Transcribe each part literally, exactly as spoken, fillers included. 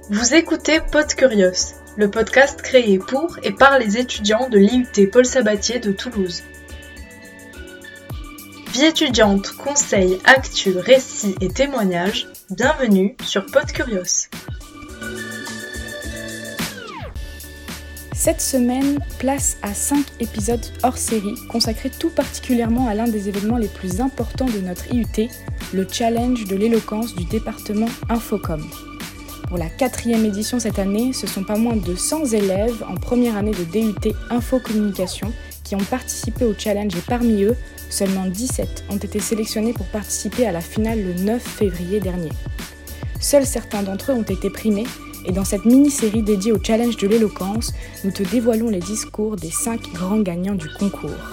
Vous écoutez Pod Curios, le podcast créé pour et par les étudiants de l'I U T Paul Sabatier de Toulouse. Vie étudiante, conseils, actus, récits et témoignages, bienvenue sur Pod Curios. Cette semaine, place à cinq épisodes hors série consacrés tout particulièrement à l'un des événements les plus importants de notre I U T, le challenge de l'éloquence du département Infocom. Pour la quatrième édition cette année, ce sont pas moins de cent élèves en première année de D U T Infocommunication qui ont participé au challenge et parmi eux, seulement dix-sept ont été sélectionnés pour participer à la finale le neuf février dernier. Seuls certains d'entre eux ont été primés et dans cette mini-série dédiée au challenge de l'éloquence, nous te dévoilons les discours des cinq grands gagnants du concours.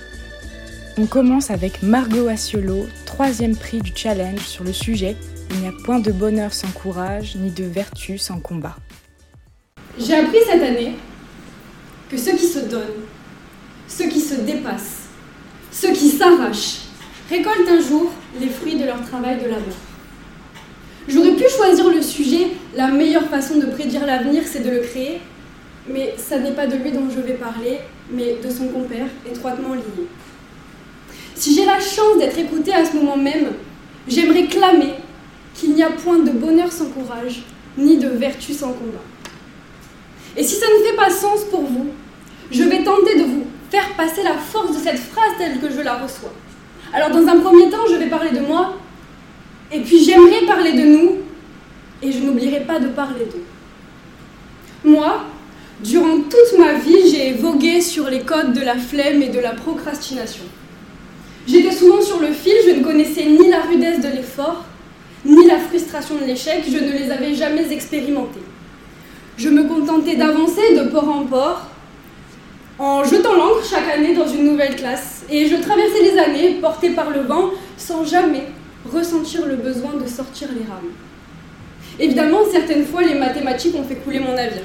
On commence avec Margot Aciolo, troisième prix du challenge sur le sujet « Il n'y a point de bonheur sans courage, ni de vertu sans combat ». J'ai appris cette année que ceux qui se donnent, ceux qui se dépassent, ceux qui s'arrachent, récoltent un jour les fruits de leur travail de labeur. J'aurais pu choisir le sujet « La meilleure façon de prédire l'avenir, c'est de le créer », mais ça n'est pas de lui dont je vais parler, mais de son compère, étroitement lié. Si j'ai la chance d'être écoutée à ce moment même, j'aimerais clamer qu'il n'y a point de bonheur sans courage, ni de vertu sans combat. Et si ça ne fait pas sens pour vous, je vais tenter de vous faire passer la force de cette phrase telle que je la reçois. Alors dans un premier temps, je vais parler de moi, et puis j'aimerais parler de nous, et je n'oublierai pas de parler d'eux. Moi, durant toute ma vie, j'ai vogué sur les codes de la flemme et de la procrastination. J'étais souvent sur le fil, je ne connaissais ni la rudesse de l'effort, ni la frustration de l'échec, je ne les avais jamais expérimentées. Je me contentais d'avancer de port en port, en jetant l'encre chaque année dans une nouvelle classe, et je traversais les années, portée par le vent, sans jamais ressentir le besoin de sortir les rames. Évidemment, certaines fois, les mathématiques ont fait couler mon navire.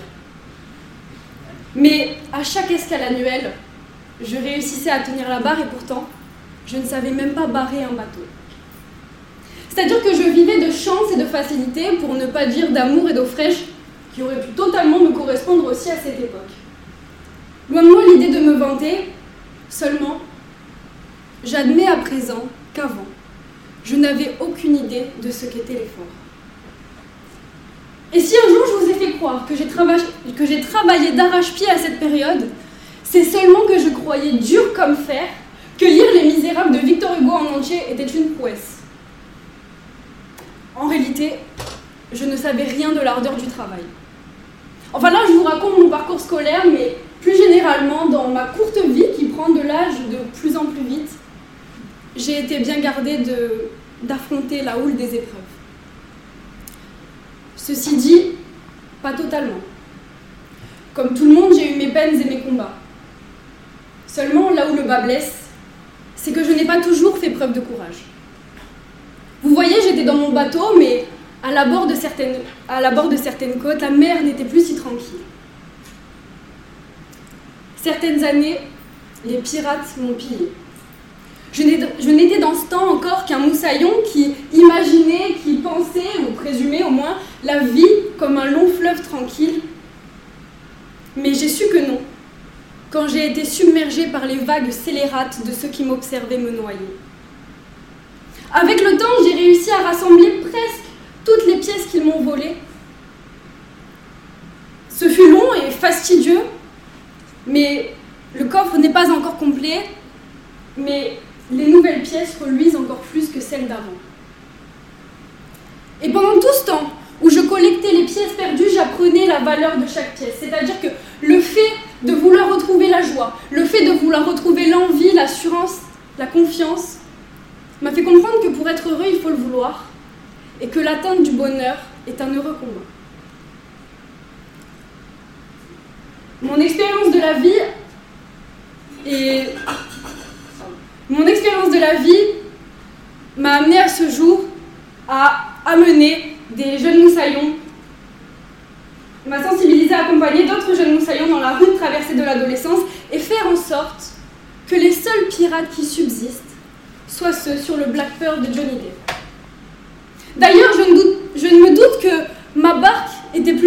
Mais à chaque escale annuelle, je réussissais à tenir la barre et pourtant, je ne savais même pas barrer un bateau. C'est-à-dire que je vivais de chance et de facilité, pour ne pas dire d'amour et d'eau fraîche, qui auraient pu totalement me correspondre aussi à cette époque. Loin de moi l'idée de me vanter, seulement, j'admets à présent qu'avant, je n'avais aucune idée de ce qu'était l'effort. Et si un jour je vous ai fait croire que j'ai, trava- que j'ai travaillé d'arrache-pied à cette période, c'est seulement que je croyais dur comme fer que lire Les Misérables de Victor Hugo en entier était une prouesse. En réalité, je ne savais rien de l'ardeur du travail. Enfin là, je vous raconte mon parcours scolaire, mais plus généralement, dans ma courte vie qui prend de l'âge de plus en plus vite, j'ai été bien gardée de, d'affronter la houle des épreuves. Ceci dit, pas totalement. Comme tout le monde, j'ai eu mes peines et mes combats. Seulement, là où le bas blesse, c'est que je n'ai pas toujours fait preuve de courage. Vous voyez, j'étais dans mon bateau, mais à la bord de certaines, à la bord de certaines côtes, la mer n'était plus si tranquille. Certaines années, les pirates m'ont pillé. Je n'étais dans ce temps encore qu'un moussaillon qui imaginait, qui pensait, ou présumait au moins, la vie comme un long fleuve tranquille. Mais j'ai su que non, quand j'ai été submergée par les vagues scélérates de ceux qui m'observaient me noyer. Avec le temps, j'ai réussi à rassembler presque toutes les pièces qu'ils m'ont volées. Ce fut long et fastidieux, mais le coffre n'est pas encore complet, mais les nouvelles pièces reluisent encore plus que celles d'avant. Et pendant tout ce temps où je collectais les pièces perdues, j'apprenais la valeur de chaque pièce. C'est-à-dire que le fait de vouloir retrouver la joie, le fait de vouloir retrouver l'envie, l'assurance, la confiance, m'a fait comprendre que pour être heureux, il faut le vouloir, et que l'atteinte du bonheur est un heureux combat. Mon expérience de la vie et mon expérience de la vie m'a amené à ce jour à amener des jeunes moussaillons, m'a sensibilisé à accompagner d'autres jeunes moussaillons dans la rude traversée de l'adolescence et faire en sorte que les seuls pirates qui subsistent soient ceux sur le Black Pearl de Johnny Depp. D'ailleurs, je ne, doute, je ne me doute que ma barque était plus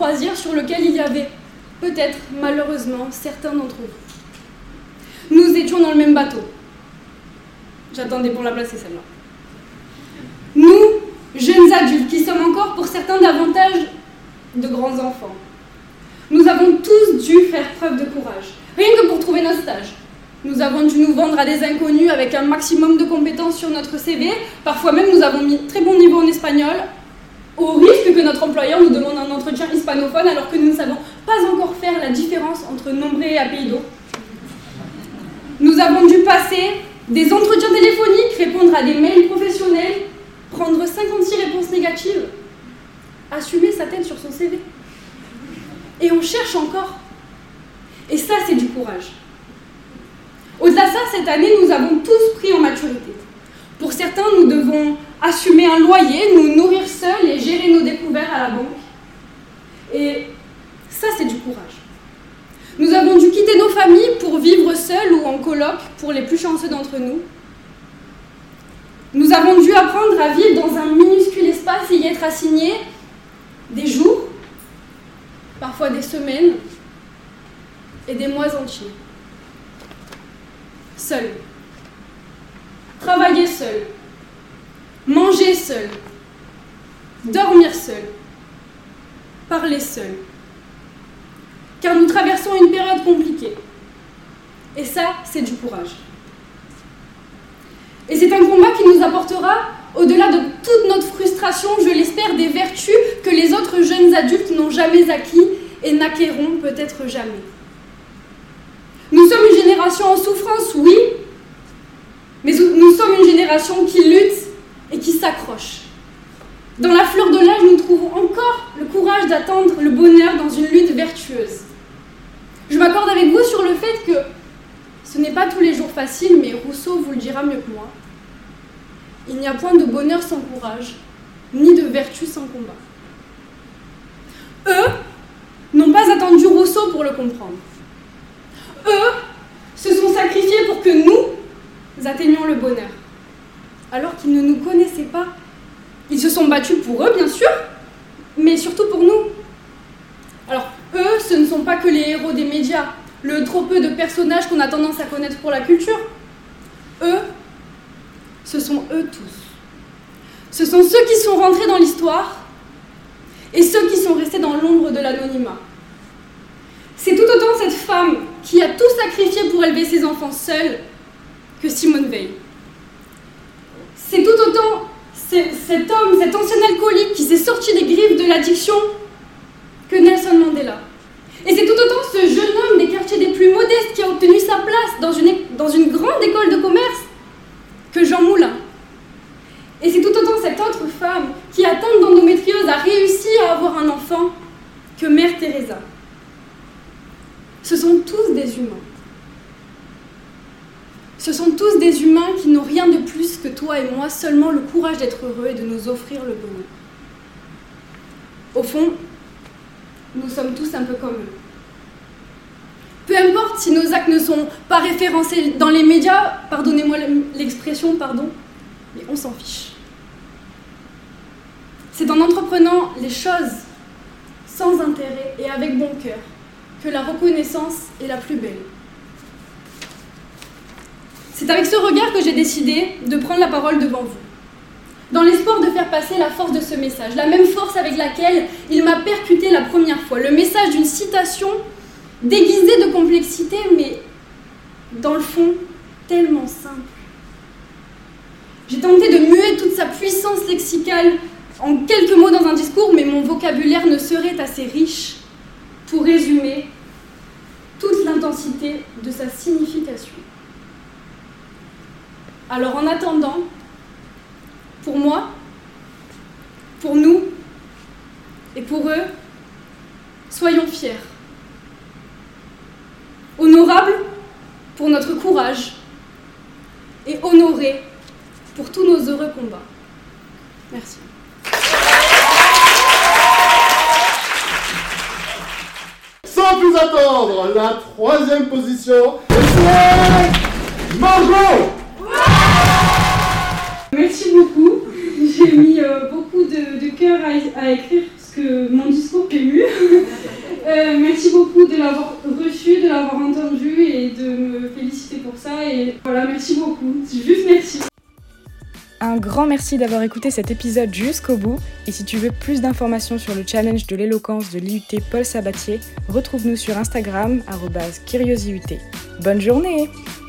croisière sur lequel il y avait peut-être, malheureusement, certains d'entre vous. Nous étions dans le même bateau. J'attendais pour la placer, celle-là. Nous, jeunes adultes, qui sommes encore pour certains davantage de grands enfants, nous avons tous dû faire preuve de courage, rien que pour trouver notre stage. Nous avons dû nous vendre à des inconnus avec un maximum de compétences sur notre C V. Parfois même, nous avons mis très bon niveau en espagnol, au risque que notre employeur nous demande un entretien hispanophone alors que nous ne savons pas encore faire la différence entre nombré et apellido. Nous avons dû passer des entretiens téléphoniques, répondre à des mails professionnels, prendre cinquante-six réponses négatives, assumer sa tête sur son C V. Et on cherche encore. Et ça, c'est du courage. Au-delà de ça, cette année, nous avons tous pris en maturité. Pour certains, nous devons assumer un loyer, nous nourrir seuls et gérer nos découvertes à la banque. Et ça, c'est du courage. Nous avons dû quitter nos familles pour vivre seuls ou en coloc pour les plus chanceux d'entre nous. Nous avons dû apprendre à vivre dans un minuscule espace et y être assignés des jours, parfois des semaines et des mois entiers. Seul. Travailler seul. Manger seul. Dormir seul. Parler seul. Car nous traversons une période compliquée. Et ça, c'est du courage. Et c'est un combat qui nous apportera, au-delà de toute notre frustration, je l'espère, des vertus que les autres jeunes adultes n'ont jamais acquis et n'acquerront peut-être jamais. Nous sommes une génération en souffrance, oui, mais nous sommes une génération qui lutte et qui s'accroche. Dans la fleur de l'âge, nous trouvons encore le courage d'attendre le bonheur dans une lutte vertueuse. Je m'accorde avec vous sur le fait que ce n'est pas tous les jours facile, mais Rousseau vous le dira mieux que moi. Il n'y a point de bonheur sans courage, ni de vertu sans combat. Eux n'ont pas attendu Rousseau pour le comprendre. Eux se sont sacrifiés pour que nous atteignions le bonheur, alors qu'ils ne nous connaissaient pas. Ils se sont battus pour eux, bien sûr, mais surtout pour nous. Alors, eux, ce ne sont pas que les héros des médias, le trop peu de personnages qu'on a tendance à connaître pour la culture. Eux, ce sont eux tous. Ce sont ceux qui sont rentrés dans l'histoire et ceux qui sont restés dans l'ombre de l'anonymat. C'est tout autant cette femme qui a tout sacrifié pour élever ses enfants seule que Simone Veil. C'est tout autant cet homme, cet ancien alcoolique qui s'est sorti des griffes de l'addiction que Nelson Mandela. Et c'est tout autant ce jeune homme des quartiers des plus modestes qui a obtenu sa place dans une, dans une grande école de commerce que Jean Moulin. Et c'est tout autant cette autre femme qui, atteinte d'endométriose, a réussi à avoir un enfant que Mère Teresa. Ce sont tous des humains. Ce sont tous des humains qui n'ont rien de plus que toi et moi, seulement le courage d'être heureux et de nous offrir le bonheur. Au fond, nous sommes tous un peu comme eux. Peu importe si nos actes ne sont pas référencés dans les médias, pardonnez-moi l'expression, pardon, mais on s'en fiche. C'est en entreprenant les choses sans intérêt et avec bon cœur que la reconnaissance est la plus belle. C'est avec ce regard que j'ai décidé de prendre la parole devant vous, dans l'espoir de faire passer la force de ce message, la même force avec laquelle il m'a percuté la première fois, le message d'une citation déguisée de complexité, mais dans le fond, tellement simple. J'ai tenté de muer toute sa puissance lexicale en quelques mots dans un discours, mais mon vocabulaire ne serait assez riche pour résumer toute l'intensité de sa signification. Alors en attendant, pour moi, pour nous et pour eux, soyons fiers. Honorables pour notre courage et honorés pour tous nos heureux combats. Merci. Sans plus attendre, la troisième position est Margot. Merci beaucoup. J'ai mis euh, beaucoup de, de cœur à, à écrire que mon discours ému. euh, merci beaucoup de l'avoir reçu, de l'avoir entendu et de me féliciter pour ça. Et voilà, merci beaucoup. Juste merci. Un grand merci d'avoir écouté cet épisode jusqu'au bout. Et si tu veux plus d'informations sur le challenge de l'éloquence de l'I U T Paul Sabatier, retrouve-nous sur Instagram arobase kyrios I U T. Bonne journée!